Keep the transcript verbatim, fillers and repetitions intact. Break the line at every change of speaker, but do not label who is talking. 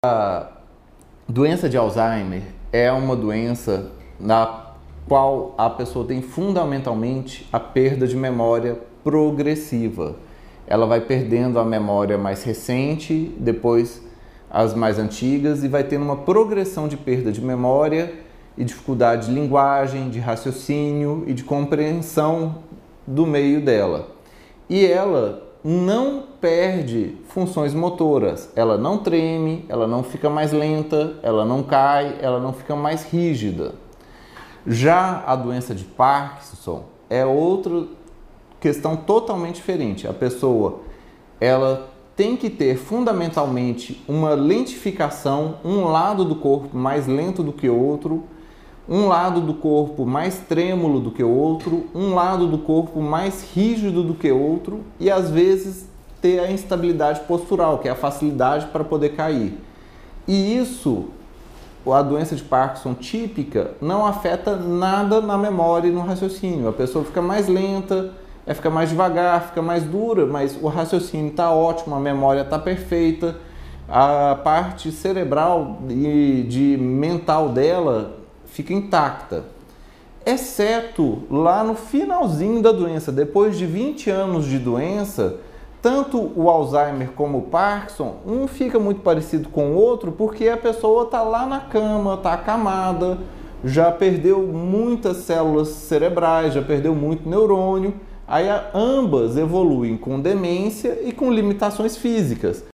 A doença de Alzheimer é uma doença na qual a pessoa tem fundamentalmente a perda de memória progressiva. Ela vai perdendo a memória mais recente, depois as mais antigas, e vai tendo uma progressão de perda de memória e dificuldade de linguagem, de raciocínio e de compreensão do meio dela. E ela não perde funções motoras, ela não treme, ela não fica mais lenta, ela não cai, ela não fica mais rígida. Já a doença de Parkinson é outra questão totalmente diferente. A pessoa ela tem que ter fundamentalmente uma lentificação, um lado do corpo mais lento do que o outro, um lado do corpo mais trêmulo do que o outro, um lado do corpo mais rígido do que o outro e às vezes ter a instabilidade postural, que é a facilidade para poder cair. E isso, a doença de Parkinson típica, não afeta nada na memória e no raciocínio. A pessoa fica mais lenta, fica mais devagar, fica mais dura, mas o raciocínio está ótimo, a memória está perfeita, a parte cerebral e de mental dela fica intacta, exceto lá no finalzinho da doença, depois de vinte anos de doença, tanto o Alzheimer como o Parkinson, um fica muito parecido com o outro porque a pessoa está lá na cama, está acamada, já perdeu muitas células cerebrais, já perdeu muito neurônio, aí ambas evoluem com demência e com limitações físicas.